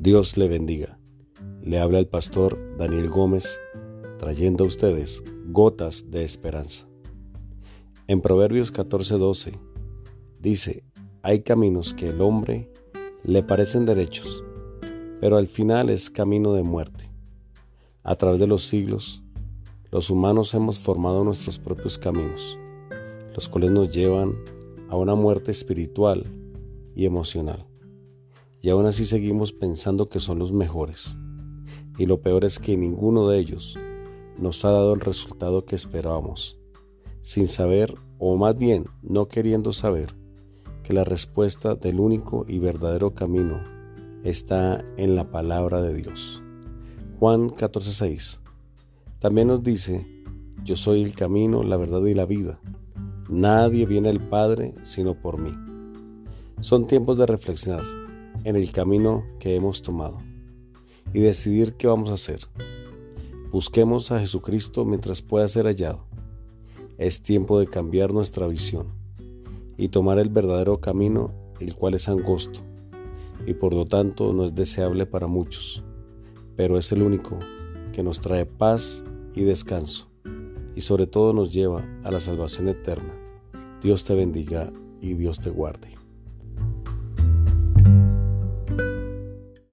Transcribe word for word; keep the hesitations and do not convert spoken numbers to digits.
Dios le bendiga. Le habla el pastor Daniel Gómez, trayendo a ustedes gotas de esperanza. En Proverbios catorce doce dice: hay caminos que al hombre le parecen derechos, pero al final es camino de muerte. A través de los siglos, los humanos hemos formado nuestros propios caminos, los cuales nos llevan a una muerte espiritual y emocional. Y aún así seguimos pensando que son los mejores. Y lo peor es que ninguno de ellos nos ha dado el resultado que esperábamos, sin saber, o más bien no queriendo saber, que la respuesta del único y verdadero camino está en la palabra de Dios. Juan catorce seis también nos dice: yo soy el camino, la verdad y la vida. Nadie viene al Padre sino por mí. Son tiempos de reflexionar en el camino que hemos tomado y decidir qué vamos a hacer. Busquemos a Jesucristo mientras pueda ser hallado. Es tiempo de cambiar nuestra visión y tomar el verdadero camino, el cual es angosto y por lo tanto no es deseable para muchos, pero es el único que nos trae paz y descanso, y sobre todo nos lleva a la salvación eterna. Dios te bendiga y Dios te guarde.